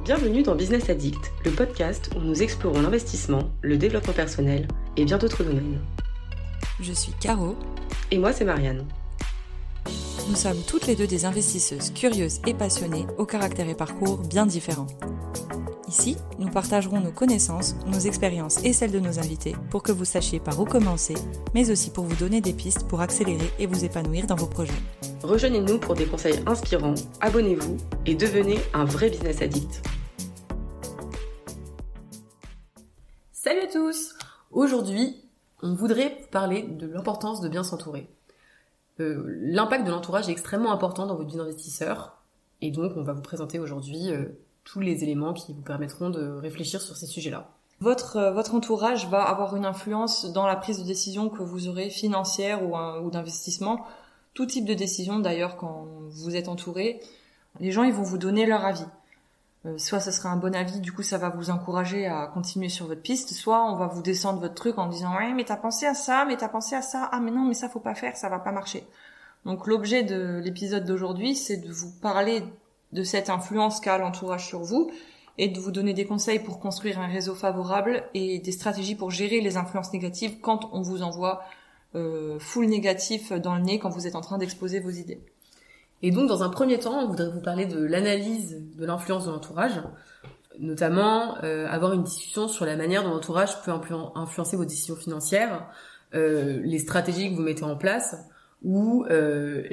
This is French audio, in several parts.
Bienvenue dans Business Addict, le podcast où nous explorons l'investissement, le développement personnel et bien d'autres domaines. Je suis Caro. Et moi, c'est Marianne. Nous sommes toutes les deux des investisseuses curieuses et passionnées, au caractère et parcours bien différents. Ici, nous partagerons nos connaissances, nos expériences et celles de nos invités pour que vous sachiez par où commencer, mais aussi pour vous donner des pistes pour accélérer et vous épanouir dans vos projets. Rejoignez-nous pour des conseils inspirants, abonnez-vous et devenez un vrai business addict. Salut à tous! Aujourd'hui, on voudrait parler de l'importance de bien s'entourer. L'impact de l'entourage est extrêmement important dans votre vie d'investisseur et donc on va vous présenter aujourd'hui tous les éléments qui vous permettront de réfléchir sur ces sujets-là. Votre entourage va avoir une influence dans la prise de décision que vous aurez financière ou d'investissement. Tout type de décision d'ailleurs quand vous êtes entouré, les gens ils vont vous donner leur avis. Soit ce sera un bon avis, du coup ça va vous encourager à continuer sur votre piste, soit on va vous descendre votre truc en disant ouais mais t'as pensé à ça, ah mais non mais ça faut pas faire, ça va pas marcher. Donc l'objet de l'épisode d'aujourd'hui c'est de vous parler de cette influence qu'a l'entourage sur vous et de vous donner des conseils pour construire un réseau favorable et des stratégies pour gérer les influences négatives quand on vous envoie full négatif dans le nez quand vous êtes en train d'exposer vos idées. Et donc, dans un premier temps, on voudrait vous parler de l'analyse de l'influence de l'entourage, notamment avoir une discussion sur la manière dont l'entourage peut influencer vos décisions financières, les stratégies que vous mettez en place, ou ce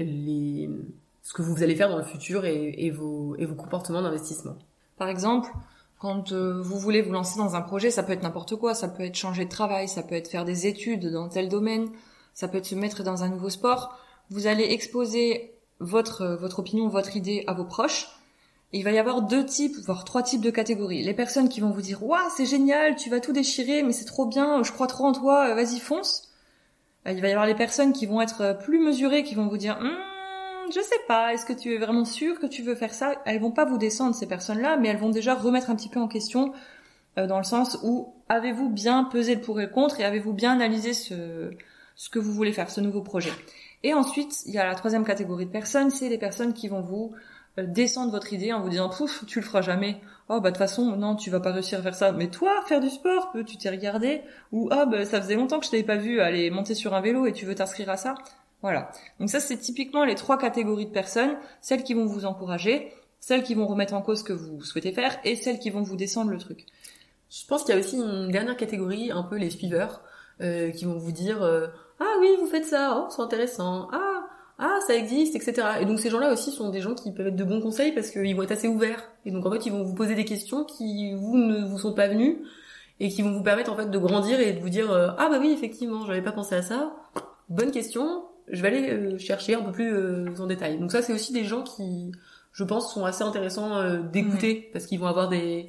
que vous allez faire dans le futur et vos comportements d'investissement. Par exemple, quand vous voulez vous lancer dans un projet, ça peut être n'importe quoi, ça peut être changer de travail, ça peut être faire des études dans tel domaine, ça peut être se mettre dans un nouveau sport. Vous allez exposer votre opinion, votre idée à vos proches. Et il va y avoir 2 types, voire 3 types de catégories. Les personnes qui vont vous dire « Waouh, c'est génial, tu vas tout déchirer, mais c'est trop bien, je crois trop en toi, vas-y fonce ». Il va y avoir les personnes qui vont être plus mesurées, qui vont vous dire « Je sais pas, est-ce que tu es vraiment sûr que tu veux faire ça ?» Elles vont pas vous descendre ces personnes-là, mais elles vont déjà remettre un petit peu en question dans le sens où avez-vous bien pesé le pour et le contre et avez-vous bien analysé ce que vous voulez faire, ce nouveau projet. Et ensuite, il y a la 3e catégorie de personnes, c'est les personnes qui vont vous descendre votre idée en vous disant « Pouf, tu le feras jamais. Oh, bah de toute façon, non, tu vas pas réussir à faire ça. Mais toi, faire du sport, tu t'es regardé. Ou ah, bah ça faisait longtemps que je t'avais pas vu aller monter sur un vélo et tu veux t'inscrire à ça. » Voilà. Donc ça, c'est typiquement les 3 catégories de personnes. Celles qui vont vous encourager, celles qui vont remettre en cause ce que vous souhaitez faire et celles qui vont vous descendre le truc. Je pense qu'il y a aussi une dernière catégorie, un peu les suiveurs, qui vont vous dire ah oui, vous faites ça, oh, c'est intéressant, ah, ça existe, etc. Et donc ces gens-là aussi sont des gens qui peuvent être de bons conseils parce qu'ils vont être assez ouverts. Et donc en fait, ils vont vous poser des questions qui ne vous sont pas venues et qui vont vous permettre en fait de grandir et de vous dire ah bah oui, effectivement, j'avais pas pensé à ça. Bonne question, je vais aller chercher un peu plus en détail. Donc ça, c'est aussi des gens qui, je pense, sont assez intéressants d'écouter parce qu'ils vont avoir des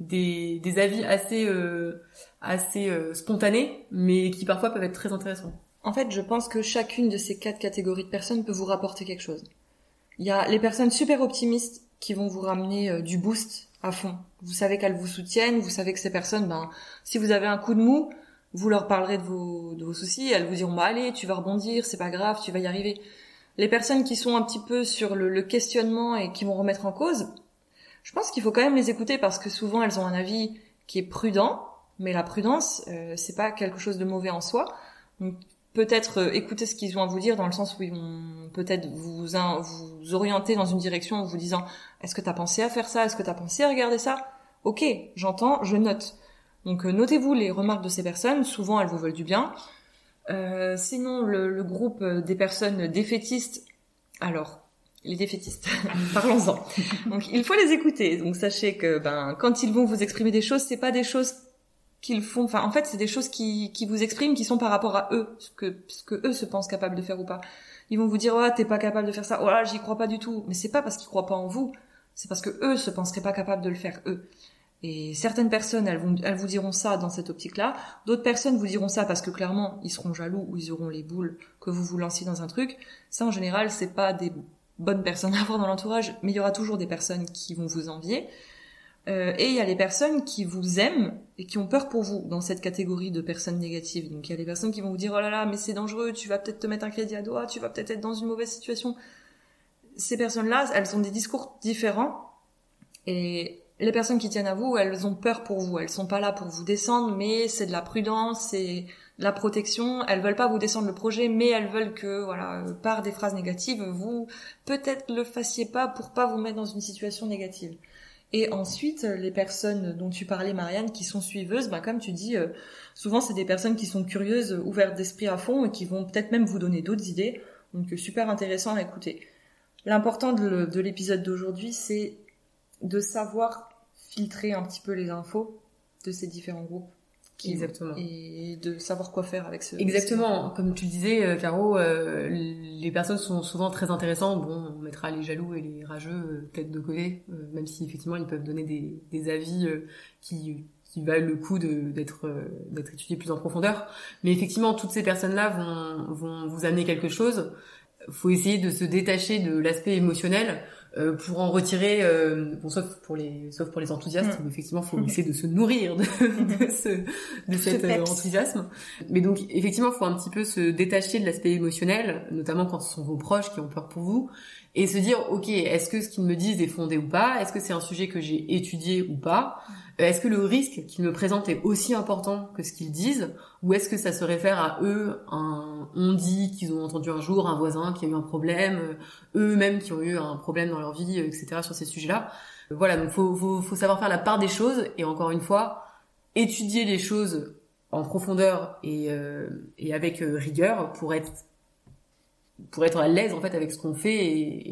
avis assez spontanés, mais qui parfois peuvent être très intéressants. En fait, je pense que chacune de ces 4 catégories de personnes peut vous rapporter quelque chose. Il y a les personnes super optimistes qui vont vous ramener du boost à fond. Vous savez qu'elles vous soutiennent, vous savez que ces personnes, si vous avez un coup de mou, vous leur parlerez de vos soucis, elles vous diront allez, tu vas rebondir, c'est pas grave, tu vas y arriver. Les personnes qui sont un petit peu sur le questionnement et qui vont remettre en cause, je pense qu'il faut quand même les écouter parce que souvent elles ont un avis qui est prudent, mais la prudence, c'est pas quelque chose de mauvais en soi. Donc peut-être écouter ce qu'ils ont à vous dire dans le sens où ils vont peut-être vous orienter dans une direction en vous disant est-ce que t'as pensé à faire ça, est-ce que t'as pensé à regarder ça, ok, j'entends, je note. Donc notez-vous les remarques de ces personnes, souvent elles vous veulent du bien. Sinon le groupe des personnes défaitistes, alors les défaitistes, parlons-en. Donc il faut les écouter. Donc sachez que quand ils vont vous exprimer des choses, c'est pas des choses qu'ils font, en fait c'est des choses qui vous expriment, qui sont par rapport à eux, ce que eux se pensent capables de faire ou pas. Ils vont vous dire t'es pas capable de faire ça, j'y crois pas du tout. Mais c'est pas parce qu'ils croient pas en vous, c'est parce que eux se penseraient pas capables de le faire eux. Et certaines personnes elles vous diront ça dans cette optique-là, d'autres personnes vous diront ça parce que clairement ils seront jaloux ou ils auront les boules que vous vous lanciez dans un truc. Ça en général c'est pas des bonnes personnes à avoir dans l'entourage, mais il y aura toujours des personnes qui vont vous envier. Et il y a les personnes qui vous aiment et qui ont peur pour vous dans cette catégorie de personnes négatives. Donc il y a les personnes qui vont vous dire oh là là mais c'est dangereux, tu vas peut-être te mettre un crédit à doigt, tu vas peut-être être dans une mauvaise situation. Ces personnes-là, elles ont des discours différents et les personnes qui tiennent à vous, elles ont peur pour vous. Elles sont pas là pour vous descendre, mais c'est de la prudence, c'est de la protection. Elles veulent pas vous descendre le projet, mais elles veulent que, voilà, par des phrases négatives, vous peut-être le fassiez pas pour pas vous mettre dans une situation négative. Et ensuite, les personnes dont tu parlais, Marianne, qui sont suiveuses, comme tu dis, souvent c'est des personnes qui sont curieuses, ouvertes d'esprit à fond et qui vont peut-être même vous donner d'autres idées. Donc super intéressant à écouter. L'important de l'épisode d'aujourd'hui, c'est de savoir filtrer un petit peu les infos de ces différents groupes. Exactement. Et de savoir quoi faire avec ce... Exactement. Comme tu le disais, Caro, les personnes sont souvent très intéressantes. Bon, on mettra les jaloux et les rageux peut-être de côté, même si effectivement ils peuvent donner des avis qui valent le coup d'être étudiés plus en profondeur. Mais effectivement, toutes ces personnes-là vont vous amener quelque chose. Faut essayer de se détacher de l'aspect émotionnel pour en retirer, sauf pour les enthousiastes, mais effectivement, faut essayer de se nourrir de cet enthousiasme. Mais donc, effectivement, faut un petit peu se détacher de l'aspect émotionnel, notamment quand ce sont vos proches qui ont peur pour vous, et se dire, ok, est-ce que ce qu'ils me disent est fondé ou pas? Est-ce que c'est un sujet que j'ai étudié ou pas? Est-ce que le risque qu'ils me présentent est aussi important que ce qu'ils disent? Ou est-ce que ça se réfère à eux, on dit qu'ils ont entendu un jour un voisin qui a eu un problème, eux-mêmes qui ont eu un problème dans leur vie, etc. sur ces sujets-là? Voilà, donc faut savoir faire la part des choses, et encore une fois, étudier les choses en profondeur et avec rigueur pour être à l'aise en fait avec ce qu'on fait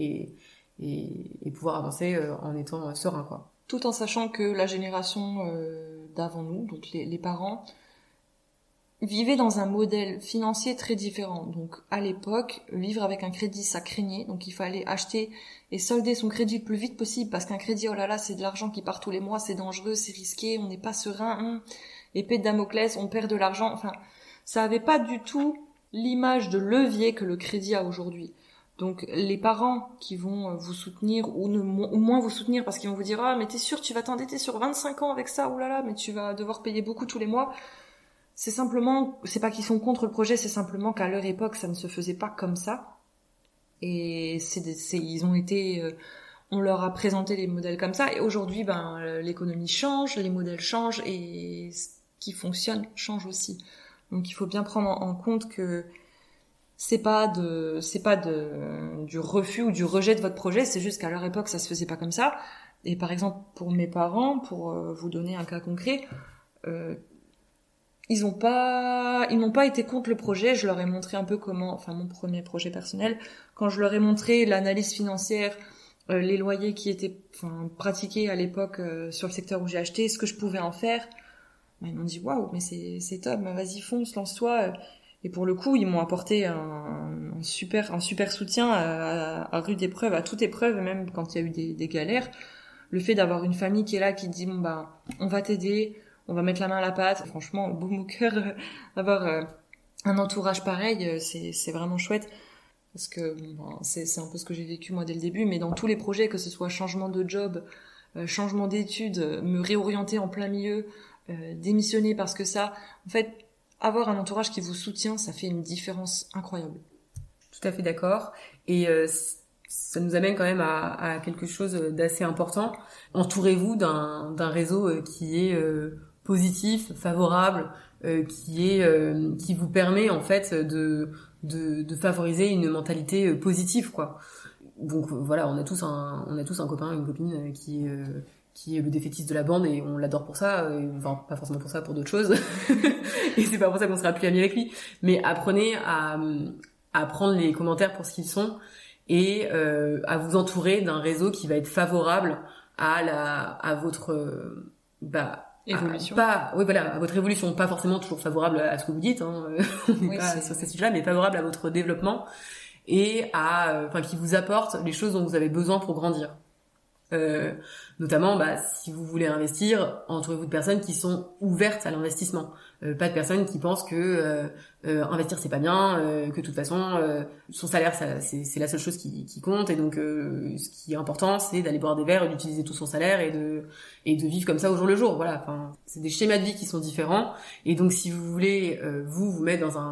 et pouvoir avancer en étant serein, quoi. Tout en sachant que la génération d'avant nous, donc les parents, vivaient dans un modèle financier très différent. Donc à l'époque, vivre avec un crédit, ça craignait. Donc il fallait acheter et solder son crédit le plus vite possible, parce qu'un crédit, oh là là, c'est de l'argent qui part tous les mois, c'est dangereux, c'est risqué, on n'est pas serein. Épée de Damoclès, on perd de l'argent. Enfin, ça avait pas du tout l'image de levier que le crédit a aujourd'hui. Donc les parents qui vont vous soutenir ou moins vous soutenir parce qu'ils vont vous dire « Ah, mais t'es sûr, tu vas t'endetter sur 25 ans avec ça, oh là là, mais tu vas devoir payer beaucoup tous les mois. » C'est pas qu'ils sont contre le projet, c'est simplement qu'à leur époque, ça ne se faisait pas comme ça. Et on leur a présenté les modèles comme ça. Et aujourd'hui, l'économie change, les modèles changent et ce qui fonctionne change aussi. Donc il faut bien prendre en compte que c'est pas du refus ou du rejet de votre projet, c'est juste qu'à leur époque ça se faisait pas comme ça. Et par exemple pour mes parents, pour vous donner un cas concret, ils n'ont pas été contre le projet. Je leur ai montré un peu mon premier projet personnel, quand je leur ai montré l'analyse financière, les loyers qui étaient pratiqués à l'époque sur le secteur où j'ai acheté, ce que je pouvais en faire, ils m'ont dit waouh, mais c'est top, vas-y fonce, lance-toi. Et pour le coup, ils m'ont apporté un super soutien à rude épreuve, à toute épreuve, même quand il y a eu des galères. Le fait d'avoir une famille qui est là, qui dit on va t'aider, on va mettre la main à la pâte. Franchement, au bout de mon cœur, avoir un entourage pareil, c'est vraiment chouette. Parce que c'est un peu ce que j'ai vécu moi dès le début, mais dans tous les projets, que ce soit changement de job, changement d'études, me réorienter en plein milieu, démissionner parce que ça, en fait, avoir un entourage qui vous soutient, ça fait une différence incroyable. Tout à fait d'accord. Et ça nous amène quand même à quelque chose d'assez important. Entourez-vous d'un réseau qui est positif, favorable, qui vous permet en fait de favoriser une mentalité positive, quoi. Donc voilà, on a tous un copain, une copine qui est le défaitiste de la bande, et on l'adore pour ça, pas forcément pour ça, pour d'autres choses. Et c'est pas pour ça qu'on sera plus amis avec lui. Mais apprenez à prendre les commentaires pour ce qu'ils sont, et à vous entourer d'un réseau qui va être favorable à votre évolution. À votre évolution, pas forcément toujours favorable à ce que vous dites, on n'est pas sur ces sujets-là, mais favorable à votre développement, et qui vous apporte les choses dont vous avez besoin pour grandir. Notamment si vous voulez investir, entourez-vous de personnes qui sont ouvertes à l'investissement, pas de personnes qui pensent que investir c'est pas bien, que de toute façon son salaire c'est la seule chose qui compte, et donc ce qui est important c'est d'aller boire des verres et d'utiliser tout son salaire et de vivre comme ça au jour le jour. Voilà, c'est des schémas de vie qui sont différents, et donc si vous voulez vous mettre dans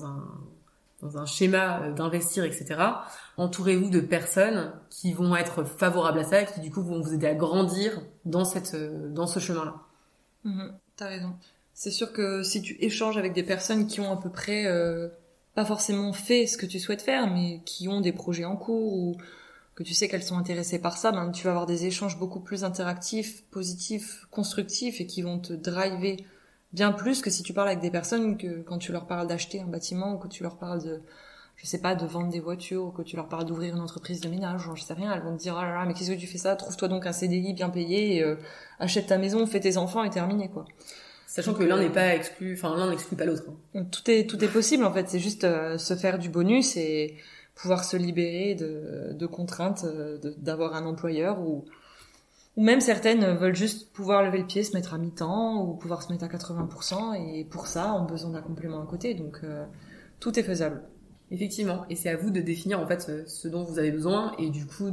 un schéma d'investir, etc., entourez-vous de personnes qui vont être favorables à ça, qui du coup vont vous aider à grandir dans ce chemin-là. T'as raison. C'est sûr que si tu échanges avec des personnes qui ont à peu près pas forcément fait ce que tu souhaites faire, mais qui ont des projets en cours ou que tu sais qu'elles sont intéressées par ça, ben tu vas avoir des échanges beaucoup plus interactifs, positifs, constructifs et qui vont te driver bien plus que si tu parles avec des personnes que quand tu leur parles d'acheter un bâtiment ou que tu leur parles de, je sais pas, de vendre des voitures ou que tu leur parles d'ouvrir une entreprise de ménage, genre, je sais rien, elles vont te dire, oh là là, mais qu'est-ce que tu fais ça? Trouve-toi donc un CDI bien payé, et, achète ta maison, fais tes enfants et terminé, quoi. Sachant que l'un n'est pas exclu, enfin, l'un n'exclut pas l'autre. Tout est possible, en fait. C'est juste se faire du bonus et pouvoir se libérer de contraintes, d'avoir un employeur ou même certaines veulent juste pouvoir lever le pied, se mettre à mi-temps ou pouvoir se mettre à 80% et pour ça, ont besoin d'un complément à côté. Donc, tout est faisable. Effectivement. Et c'est à vous de définir, en fait, ce dont vous avez besoin et du coup,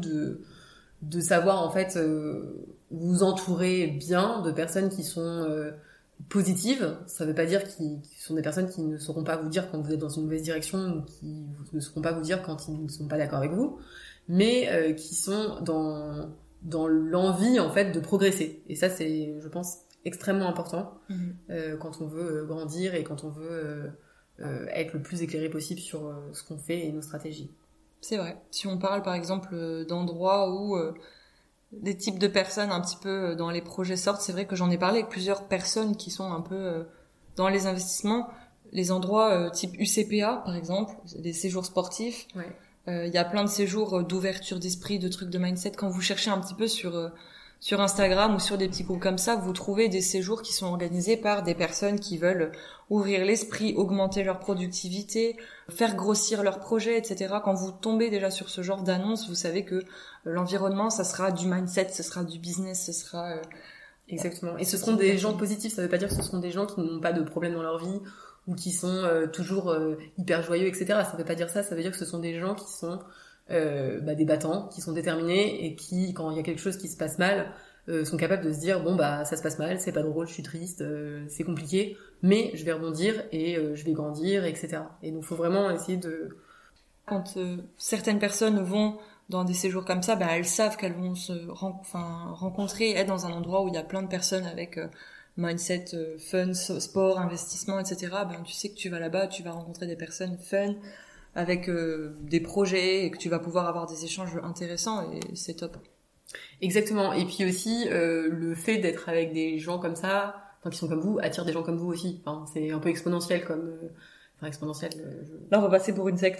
de savoir, en fait, vous entourer bien de personnes qui sont positives. Ça veut pas dire qu'ils sont des personnes qui ne sauront pas vous dire quand vous êtes dans une mauvaise direction ou qui ne sauront pas vous dire quand ils ne sont pas d'accord avec vous, mais qui sont dans l'envie, en fait, de progresser. Et ça, c'est, je pense, extrêmement important quand on veut grandir et quand on veut être le plus éclairé possible sur ce qu'on fait et nos stratégies. C'est vrai. Si on parle, par exemple, d'endroits où des types de personnes un petit peu dans les projets sortent, c'est vrai que j'en ai parlé avec plusieurs personnes qui sont un peu dans les investissements, les endroits type UCPA, par exemple, des séjours sportifs. Ouais. Y a plein de séjours d'ouverture d'esprit, de trucs de mindset. Quand vous cherchez un petit peu sur Instagram ou sur des petits groupes comme ça, vous trouvez des séjours qui sont organisés par des personnes qui veulent ouvrir l'esprit, augmenter leur productivité, faire grossir leurs projets, etc. Quand vous tombez déjà sur ce genre d'annonce, vous savez que l'environnement, ça sera du mindset, ce sera du business, ce sera... Exactement. Et ce seront des gens positifs, ça veut pas dire que ce seront des gens qui n'ont pas de problème dans leur vie ou qui sont toujours hyper joyeux, etc. Ça veut pas dire ça, ça veut dire que ce sont des gens qui sont des battants, qui sont déterminés et qui, quand il y a quelque chose qui se passe mal, sont capables de se dire bon bah ça se passe mal, c'est pas drôle, je suis triste, c'est compliqué, mais je vais rebondir et je vais grandir, etc. Et donc faut vraiment essayer de... Quand certaines personnes vont dans des séjours comme ça, elles savent qu'elles vont se rencontrer, être dans un endroit où il y a plein de personnes avec mindset fun, sport, investissement, etc. Tu sais que tu vas là-bas, tu vas rencontrer des personnes fun, avec des projets et que tu vas pouvoir avoir des échanges intéressants et c'est top. Exactement. Et puis aussi le fait d'être avec des gens comme ça, qui sont comme vous, attire des gens comme vous aussi. Enfin, c'est un peu exponentiel comme exponentiel. Là, on va passer pour une secte.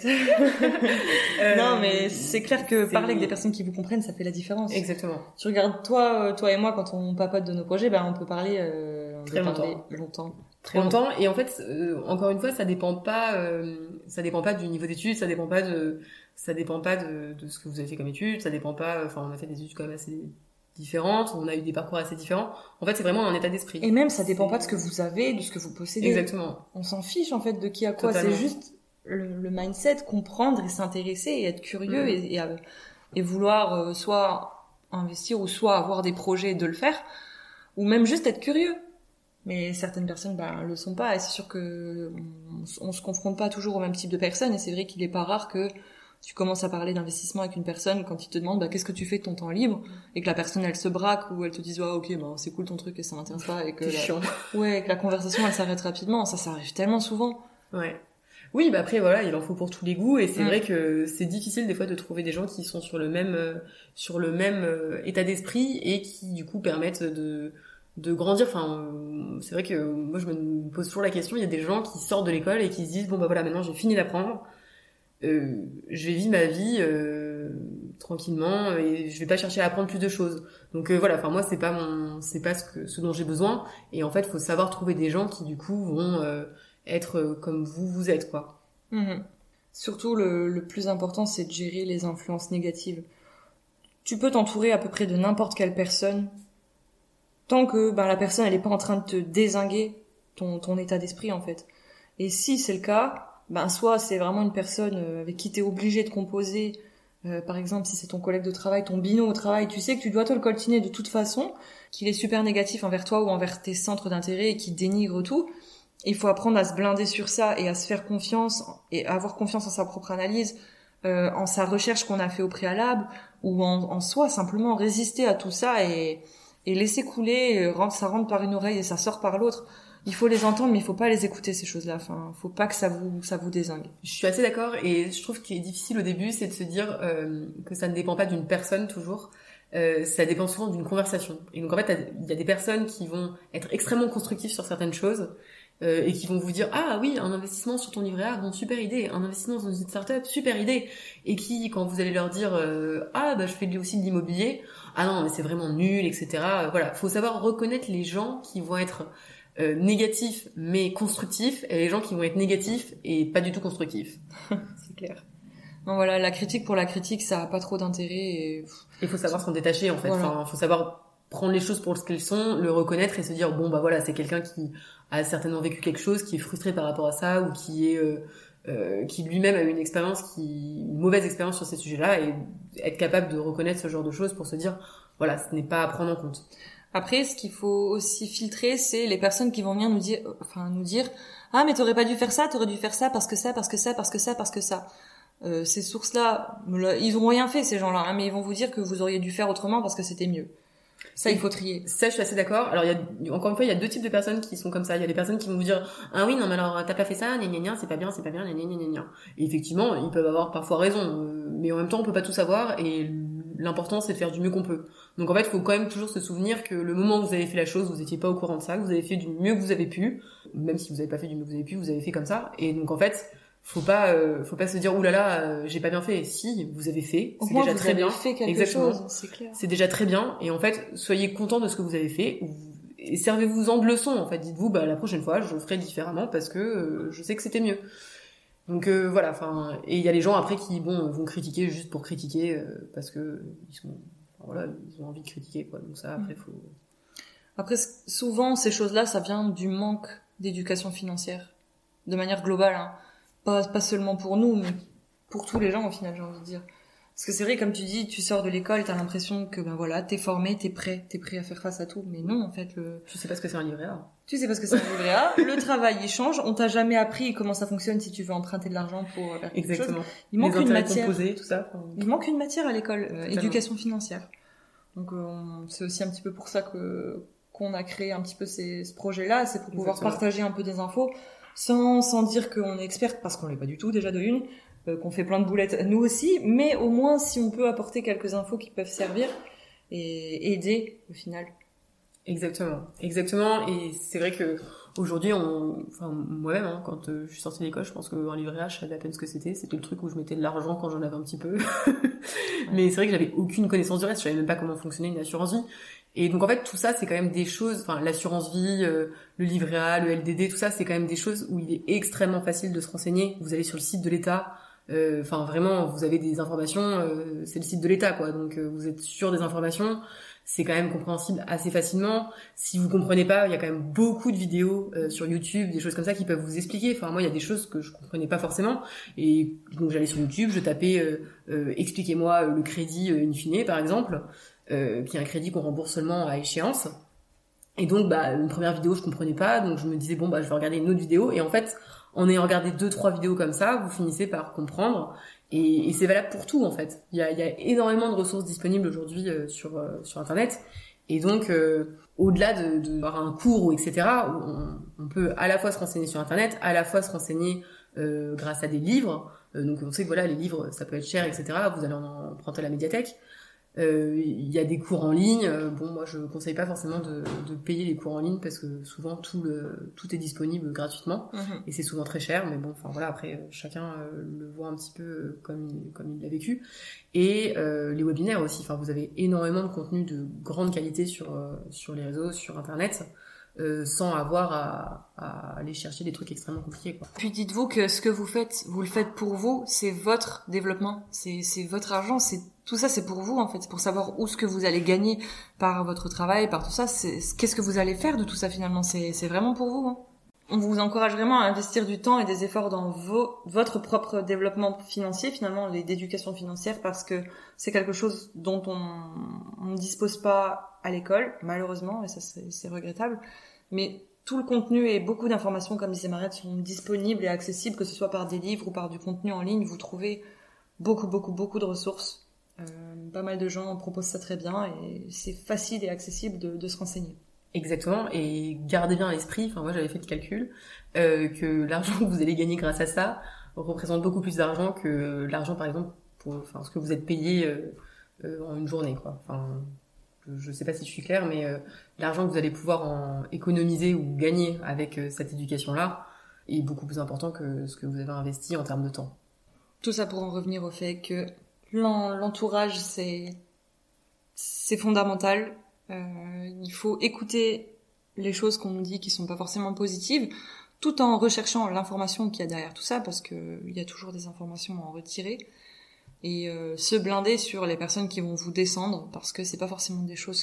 Non, mais c'est clair que parler avec des personnes qui vous comprennent, ça fait la différence. Exactement. Tu regardes toi et moi quand on papote de nos projets, on peut parler très longtemps. Très longtemps. Et en fait, encore une fois, ça dépend pas du niveau d'études, ça dépend pas de ce que vous avez fait comme études, ça dépend pas, on a fait des études quand même assez différentes, on a eu des parcours assez différents. En fait, c'est vraiment un état d'esprit. Et même, ça dépend pas de ce que vous avez, de ce que vous possédez. Exactement. On s'en fiche, en fait, de qui a quoi. Totalement. C'est juste le mindset, comprendre et s'intéresser et être curieux et vouloir soit investir ou soit avoir des projets de le faire, ou même juste être curieux. Mais certaines personnes le sont pas et c'est sûr que on se confronte pas toujours au même type de personnes et c'est vrai qu'il est pas rare que tu commences à parler d'investissement avec une personne quand il te demande qu'est-ce que tu fais de ton temps libre et que la personne elle se braque ou elle te dise ok c'est cool ton truc et ça m'intéresse pas et que que la conversation elle s'arrête rapidement, ça arrive tellement souvent. Ouais. Oui, après voilà, il en faut pour tous les goûts et c'est vrai que c'est difficile des fois de trouver des gens qui sont sur le même état d'esprit et qui du coup permettent de grandir. C'est vrai que moi je me pose toujours la question, il y a des gens qui sortent de l'école et qui se disent maintenant j'ai fini d'apprendre, je vais vivre ma vie tranquillement et je vais pas chercher à apprendre plus de choses. Donc moi c'est pas ce dont j'ai besoin et en fait faut savoir trouver des gens qui du coup vont être comme vous êtes quoi. Surtout le plus important c'est de gérer les influences négatives. Tu peux t'entourer à peu près de n'importe quelle personne tant que la personne elle est pas en train de te dézinguer ton état d'esprit en fait. Et si c'est le cas, soit c'est vraiment une personne avec qui t'es obligé de composer, par exemple si c'est ton collègue de travail, ton binôme au travail, tu sais que tu dois te le coltiner de toute façon, qu'il est super négatif envers toi ou envers tes centres d'intérêt et qui dénigre tout. Il faut apprendre à se blinder sur ça et à se faire confiance et à avoir confiance en sa propre analyse, en sa recherche qu'on a fait au préalable ou en soi, simplement résister à tout ça et et laisser couler, ça rentre par une oreille et ça sort par l'autre. Il faut les entendre, mais il faut pas les écouter, ces choses-là. Enfin, faut pas que ça vous dézingue. Je suis assez d'accord, et je trouve qu'il est difficile au début, c'est de se dire que ça ne dépend pas d'une personne toujours. Ça dépend souvent d'une conversation. Et donc en fait, il y a des personnes qui vont être extrêmement constructives sur certaines choses et qui vont vous dire ah oui, un investissement sur ton livret A, bon super idée, un investissement dans une start-up, super idée, et qui quand vous allez leur dire ah bah je fais aussi de l'immobilier, ah non mais c'est vraiment nul, etc. Voilà, faut savoir reconnaître les gens qui vont être négatifs mais constructifs et les gens qui vont être négatifs et pas du tout constructifs. C'est clair. Non, voilà, la critique pour la critique, ça a pas trop d'intérêt et il faut savoir s'en détacher en fait. Voilà. Enfin, faut savoir prendre les choses pour ce qu'elles sont, le reconnaître et se dire bon bah voilà, c'est quelqu'un qui a certainement vécu quelque chose, qui est frustré par rapport à ça ou qui lui-même a eu une mauvaise expérience sur ces sujets-là, et être capable de reconnaître ce genre de choses pour se dire voilà, ce n'est pas à prendre en compte. Après, ce qu'il faut aussi filtrer, c'est les personnes qui vont venir nous dire ah mais t'aurais pas dû faire ça, t'aurais dû faire ça parce que ça, parce que ça, parce que ça, parce que ça. Ces sources-là, ils ont rien fait ces gens-là, hein, mais ils vont vous dire que vous auriez dû faire autrement parce que c'était mieux. Ça, il faut trier. Ça, je suis assez d'accord. Alors, encore une fois, il y a deux types de personnes qui sont comme ça. Il y a des personnes qui vont vous dire, ah oui, non, mais alors, t'as pas fait ça, gna gna gna, c'est pas bien, gna gna gna gna. Et effectivement, ils peuvent avoir parfois raison, mais en même temps, on peut pas tout savoir, et l'important, c'est de faire du mieux qu'on peut. Donc, en fait, il faut quand même toujours se souvenir que le moment où vous avez fait la chose, vous étiez pas au courant de ça, que vous avez fait du mieux que vous avez pu, même si vous avez pas fait du mieux que vous avez pu, vous avez fait comme ça. Et donc, en fait, faut pas se dire oulala, j'ai pas bien fait. Si vous avez fait, c'est déjà très bien. Fait quelque Exactement. chose, c'est clair. C'est déjà très bien, et en fait, soyez content de ce que vous avez fait, et servez-vous-en de leçon. En fait, dites-vous bah la prochaine fois, je ferai différemment parce que je sais que c'était mieux. Donc voilà. Enfin, et il y a les gens après qui vont critiquer juste pour critiquer parce que ils ont envie de critiquer quoi. Donc ça après faut. Après souvent ces choses-là, ça vient du manque d'éducation financière, de manière globale. Hein. Pas seulement pour nous, mais pour tous les gens au final, j'ai envie de dire. Parce que c'est vrai, comme tu dis, tu sors de l'école, t'as l'impression que ben voilà, t'es formé, t'es prêt à faire face à tout. Mais non, en fait, Tu sais pas ce que c'est un livret A. Tu sais pas ce que c'est un livret A. Le travail, il change. On t'a jamais appris comment ça fonctionne si tu veux emprunter de l'argent pour faire quelque chose. Il manque une matière. Composés, tout ça. Il manque une matière à l'école, éducation financière. Donc c'est aussi un petit peu pour ça qu'on a créé un petit peu ce projet-là, c'est pour pouvoir partager un peu des infos. Sans dire qu'on est experte, parce qu'on l'est pas du tout déjà de une, qu'on fait plein de boulettes nous aussi, mais au moins si on peut apporter quelques infos qui peuvent servir et aider au final. Exactement. Et c'est vrai que aujourd'hui, moi-même, hein, quand je suis sortie de l'école, je pense qu'un livret A, je savais à peine ce que c'était. C'était le truc où je mettais de l'argent quand j'en avais un petit peu. Mais c'est vrai que j'avais aucune connaissance du reste. Je savais même pas comment fonctionnait une assurance vie. Et donc en fait, tout ça, c'est quand même des choses, enfin l'assurance vie, le livret A, le LDD, tout ça, c'est quand même des choses où il est extrêmement facile de se renseigner. Vous allez sur le site de l'État, enfin vraiment, vous avez des informations, c'est le site de l'État, quoi. Donc vous êtes sûr des informations. C'est quand même compréhensible assez facilement. Si vous comprenez pas, il y a quand même beaucoup de vidéos sur YouTube, des choses comme ça qui peuvent vous expliquer. Enfin, moi, il y a des choses que je comprenais pas forcément. Et donc, j'allais sur YouTube, je tapais expliquez-moi le crédit in fine, par exemple, qui est un crédit qu'on rembourse seulement à échéance. Et donc, une première vidéo, je comprenais pas. Donc, je me disais, je vais regarder une autre vidéo. Et en fait, en ayant regardé 2-3 vidéos comme ça, vous finissez par comprendre. Et c'est valable pour tout en fait. Il y a énormément de ressources disponibles aujourd'hui sur internet, et donc au-delà de avoir un cours ou etc. On peut à la fois se renseigner sur internet, à la fois se renseigner grâce à des livres. Donc on sait que voilà, les livres ça peut être cher, etc. Vous allez en emprunter à la médiathèque. Il y a des cours en ligne. Moi je conseille pas forcément de payer les cours en ligne parce que souvent tout est disponible gratuitement et c'est souvent très cher. Mais bon, enfin voilà, après chacun le voit un petit peu comme il l'a vécu. Et les webinaires aussi. Enfin, vous avez énormément de contenu de grande qualité sur les réseaux, sur internet. Sans avoir à aller chercher des trucs extrêmement compliqués, quoi. Puis dites-vous que ce que vous faites, vous le faites pour vous, c'est votre développement, c'est votre argent, tout ça c'est pour vous en fait, c'est pour savoir où ce que vous allez gagner par votre travail, par tout ça, qu'est-ce que vous allez faire de tout ça finalement, c'est vraiment pour vous. Hein. On vous encourage vraiment à investir du temps et des efforts dans votre propre développement financier, finalement, d'éducation financière, parce que c'est quelque chose dont on ne dispose pas à l'école, malheureusement, et ça c'est regrettable. Mais tout le contenu et beaucoup d'informations, comme disait Mariette, sont disponibles et accessibles, que ce soit par des livres ou par du contenu en ligne. Vous trouvez beaucoup de ressources Pas mal de gens proposent ça très bien et c'est facile et accessible de se renseigner. Exactement, et gardez bien à l'esprit, enfin moi j'avais fait le calcul, que l'argent que vous allez gagner grâce à ça représente beaucoup plus d'argent que l'argent par exemple pour ce que vous êtes payé en une journée, quoi. Enfin, je sais pas si je suis claire, mais l'argent que vous allez pouvoir en économiser ou gagner avec cette éducation-là est beaucoup plus important que ce que vous avez investi en termes de temps. Tout ça pour en revenir au fait que l'entourage c'est fondamental. Il faut écouter les choses qu'on nous dit qui sont pas forcément positives, tout en recherchant l'information qu'il y a derrière tout ça, parce que il y a toujours des informations à en retirer, et se blinder sur les personnes qui vont vous descendre, parce que c'est pas forcément des choses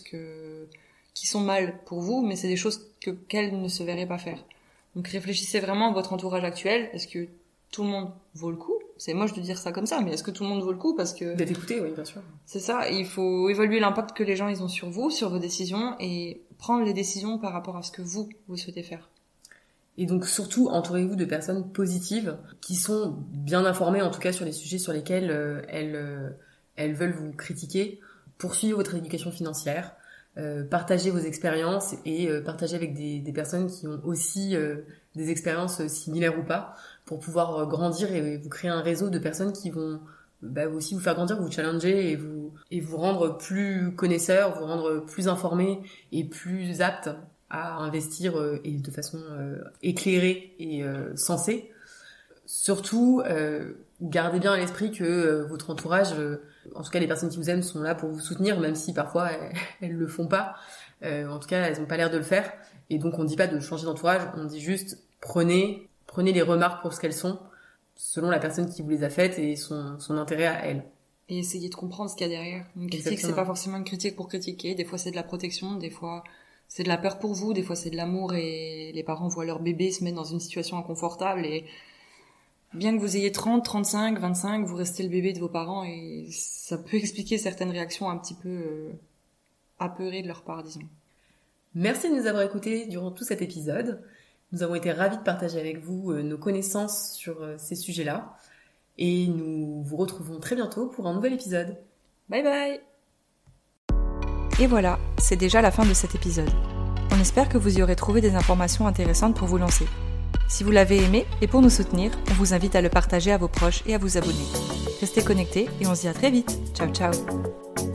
qui sont mal pour vous, mais c'est des choses qu'elles ne se verraient pas faire. Donc réfléchissez vraiment à votre entourage actuel. Est-ce que tout le monde vaut le coup? C'est moche de dire ça comme ça, mais est-ce que tout le monde vaut le coup? Parce que d'être écouté, oui, bien sûr. C'est ça, il faut évaluer l'impact que les gens ils ont sur vous, sur vos décisions, et prendre les décisions par rapport à ce que vous souhaitez faire. Et donc surtout, entourez-vous de personnes positives qui sont bien informées, en tout cas sur les sujets sur lesquels elles veulent vous critiquer. Poursuivez votre éducation financière, partagez vos expériences et partagez avec des personnes qui ont aussi des expériences similaires ou pas, pour pouvoir grandir et vous créer un réseau de personnes qui vont aussi vous faire grandir, vous challenger et vous rendre plus connaisseur, vous rendre plus informé et plus apte à investir et de façon éclairée et sensée. Surtout, gardez bien à l'esprit que votre entourage, en tout cas les personnes qui vous aiment, sont là pour vous soutenir, même si parfois elles le font pas. En tout cas, elles ont pas l'air de le faire. Et donc, on dit pas de changer d'entourage, on dit juste prenez les remarques pour ce qu'elles sont, selon la personne qui vous les a faites et son intérêt à elle. Et essayez de comprendre ce qu'il y a derrière. Une critique, Exactement. C'est pas forcément une critique pour critiquer. Des fois, c'est de la protection. Des fois, c'est de la peur pour vous. Des fois, c'est de l'amour et les parents voient leur bébé se mettre dans une situation inconfortable et bien que vous ayez 30, 35, 25, vous restez le bébé de vos parents et ça peut expliquer certaines réactions un petit peu apeurées de leur part, disons. Merci de nous avoir écoutés durant tout cet épisode. Nous avons été ravis de partager avec vous nos connaissances sur ces sujets-là. Et nous vous retrouvons très bientôt pour un nouvel épisode. Bye bye! Et voilà, c'est déjà la fin de cet épisode. On espère que vous y aurez trouvé des informations intéressantes pour vous lancer. Si vous l'avez aimé et pour nous soutenir, on vous invite à le partager à vos proches et à vous abonner. Restez connectés et on se dit à très vite. Ciao ciao!